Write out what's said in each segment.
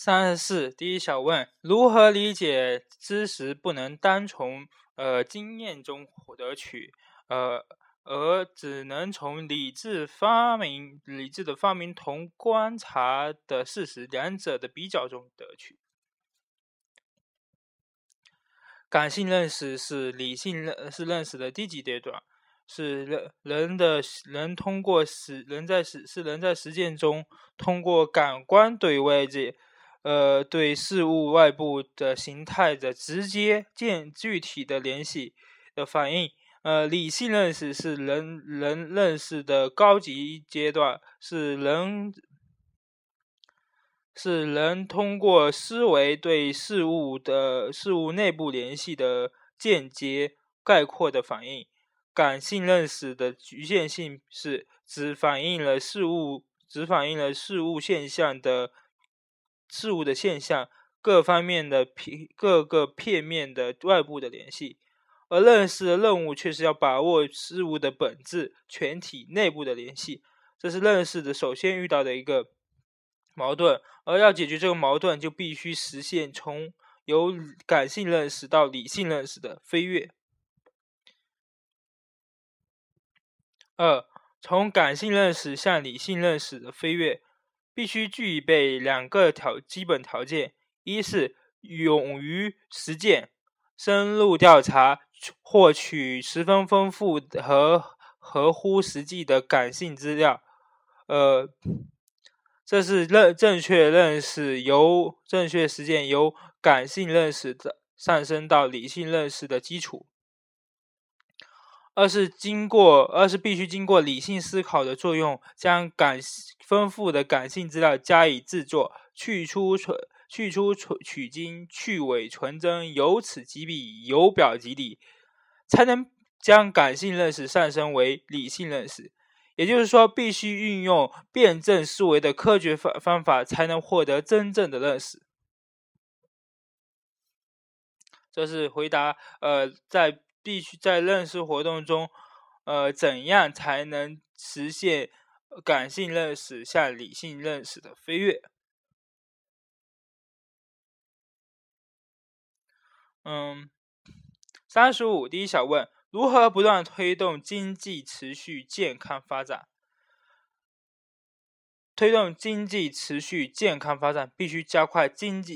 34第一小问，如何理解知识不能单从经验中得取，而只能从理智的发明同观察的事实两者的比较中得取？感性认识是理性认识的低级阶段，是人在实践中通过感官对外界对事物外部的形态的直接具体的联系的反应。理性认识是人认识的高级阶段，是人通过思维对事物内部联系的间接概括的反应。感性认识的局限性是只反映了事物现象各个片面的外部的联系，而认识的任务却是要把握事物的本质全体内部的联系。这是认识的首先遇到的一个矛盾，而要解决这个矛盾，就必须实现从由感性认识到理性认识的飞跃。从感性认识向理性认识的飞跃，必须具备两个基本条件：一是勇于实践，深入调查，获取十分丰富和合乎实际的感性资料。这是正确实践由感性认识的上升到理性认识的基础。二是必须经过理性思考的作用，将丰富的感性资料加以制作，去出取经，去伪存真，由此及彼，由表及里，才能将感性认识上升为理性认识。也就是说，必须运用辩证思维的科学方法，才能获得真正的认识。这是回答必须在认识活动中，怎样才能实现感性认识向理性认识的飞跃？35第一小问，如何不断推动经济持续健康发展？推动经济持续健康发展，必须加快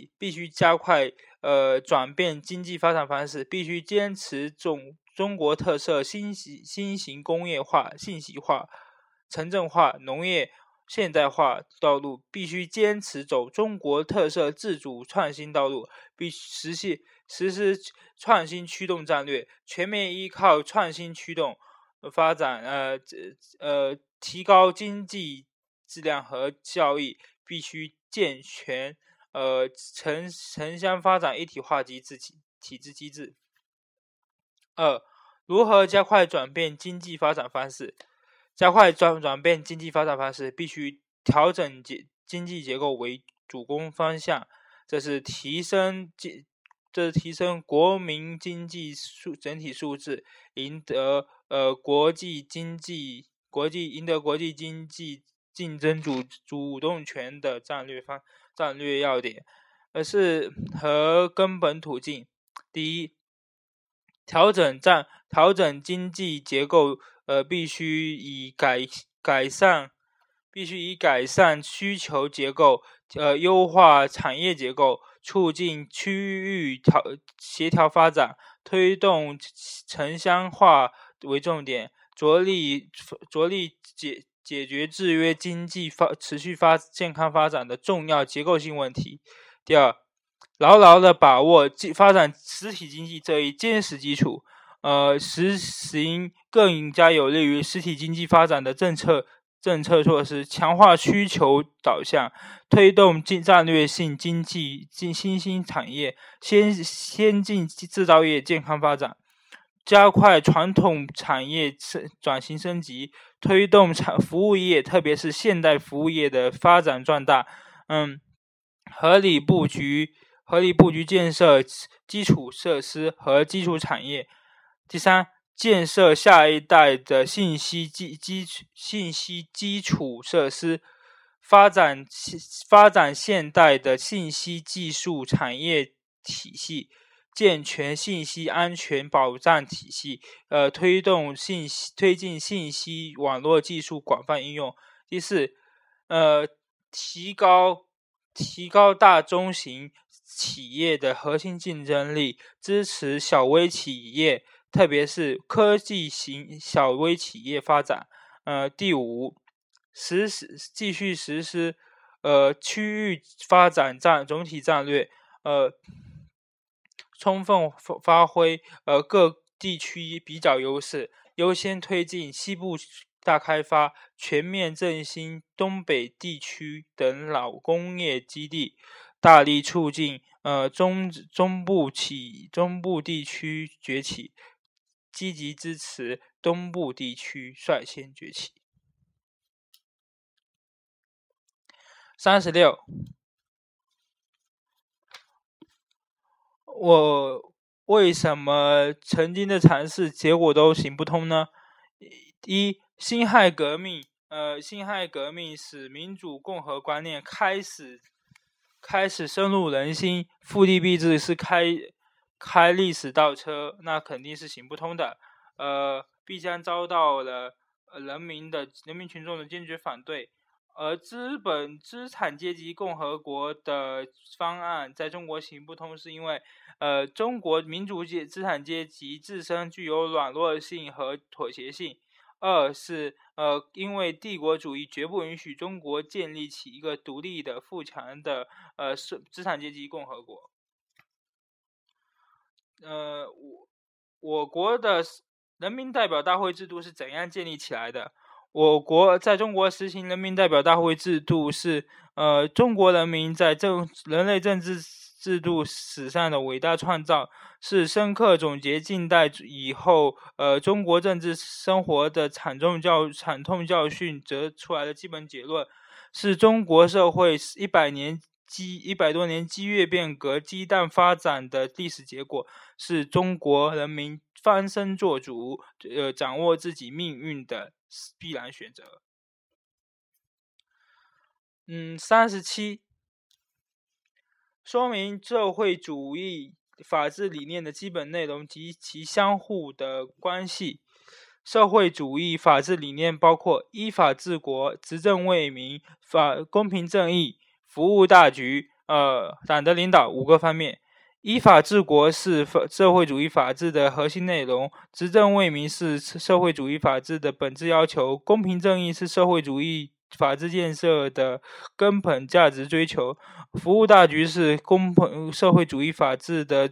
转变经济发展方式，必须坚持中国特色新型工业化、信息化、城镇化、农业现代化道路，必须坚持走中国特色自主创新道路，必须实施创新驱动战略，全面依靠创新驱动发展，提高经济质量和效益，必须健全城乡发展一体化体制机制。如何加快转变经济发展方式？转变经济发展方式，必须调整经济结构为主攻方向，这是提升国民经济整体素质，赢得国际经济竞争主动权的战略要点，是和根本途径。第一，调整经济结构，必须以改善需求结构，优化产业结构，促进区域协调发展，推动城乡化为重点，着力解决制约经济持续健康发展的重要结构性问题。第二，牢牢的把握发展实体经济这一坚实基础，实行更加有利于实体经济发展的政策措施，强化需求导向，推动战略性经济新兴产业、先进制造业健康发展，加快传统产业转型升级，推动服务业，特别是现代服务业的发展壮大。合理布局建设基础设施和基础产业。第三，建设下一代的信息基础设施， 发展现代的信息技术产业体系，健全信息安全保障体系，推进信息网络技术广泛应用。第四，提高大中型企业的核心竞争力，支持小微企业，特别是科技型小微企业发展。第五，继续实施区域发展总体战略，充分发挥各地区比较优势，优先推进西部大开发，全面振兴东北地区等老工业基地，大力促进中部地区崛起，积极支持东部地区率先崛起。36，我为什么曾经的尝试结果都行不通呢？一，辛亥革命使民主共和观念开始深入人心，复辟币制是开历史倒车，那肯定是行不通的，必将遭到了人民群众的坚决反对。而资产阶级共和国的方案在中国行不通，是因为中国民主资产阶级自身具有软弱性和妥协性。二是因为帝国主义绝不允许中国建立起一个独立的富强的资产阶级共和国。我国的人民代表大会制度是怎样建立起来的？在中国实行人民代表大会制度是中国人民在人类政治制度史上的伟大创造，是深刻总结近代以后中国政治生活的惨痛教训得出来的基本结论，是中国社会100多年激越变革激荡发展的历史结果，是中国人民翻身做主掌握自己命运的必然选择。37，说明社会主义法治理念的基本内容及其相互的关系。社会主义法治理念包括依法治国、执政为民、公平正义、服务大局、党的领导5个方面。依法治国是社会主义法治的核心内容，执政为民是社会主义法治的本质要求，公平正义是社会主义法治建设的根本价值追求，服务大局是社会主义法治的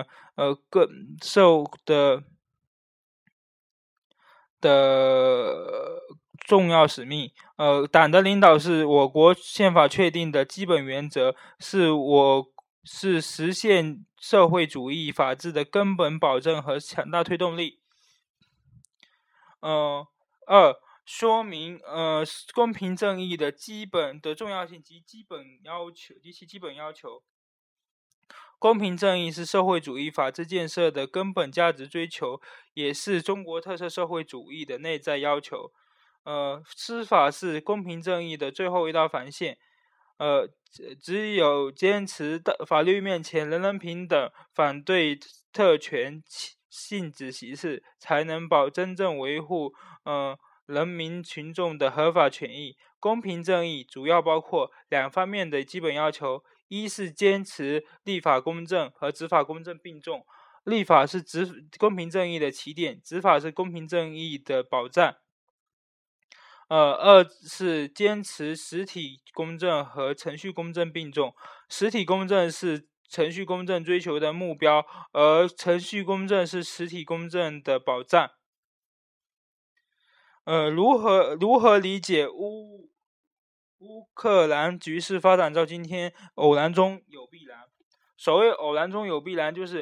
重要使命。党的领导是我国宪法确定的基本原则，是实现社会主义法治的根本保证和强大推动力。二，说明公平正义的重要性及其基本要求。公平正义是社会主义法治建设的根本价值追求，也是中国特色社会主义的内在要求。司法是公平正义的最后一道防线。只有坚持法律面前人人平等，反对特权性质歧视，才能真正维护人民群众的合法权益。公平正义主要包括2方面的基本要求：一是坚持立法公正和执法公正并重，立法是公平正义的起点，执法是公平正义的保障。二是坚持实体公正和程序公正并重，实体公正是程序公正追求的目标，而程序公正是实体公正的保障。如何理解乌克兰局势发展到今天，偶然中有必然？所谓偶然中有必然，就是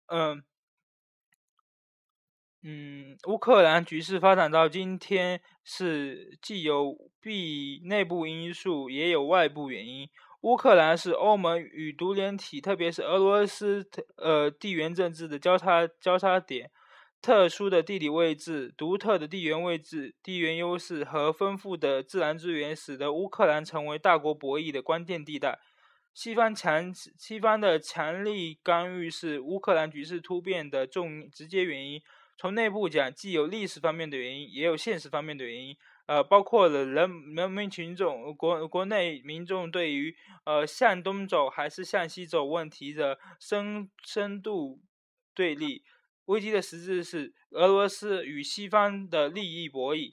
乌克兰局势发展到今天是既有内部因素，也有外部原因。乌克兰是欧盟与独联体，特别是俄罗斯地缘政治的交叉点。 特殊的地理位置、独特的地缘位置、地缘优势和丰富的自然资源，使得乌克兰成为大国博弈的关键地带。西方的强力干预是乌克兰局势突变的直接原因。从内部讲，既有历史方面的原因，也有现实方面的原因。包括了人民群众、国内民众对于向东走还是向西走问题的深度对立。危机的实质是俄罗斯与西方的利益博弈。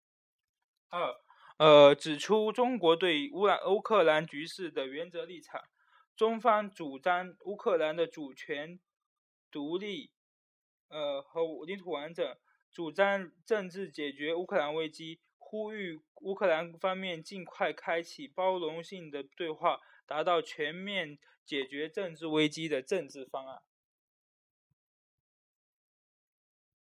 指出中国对乌克兰局势的原则立场。中方主张乌克兰的主权、独立和领土完整，主张政治解决乌克兰危机，呼吁乌克兰方面尽快开启包容性的对话，达到全面解决政治危机的政治方案。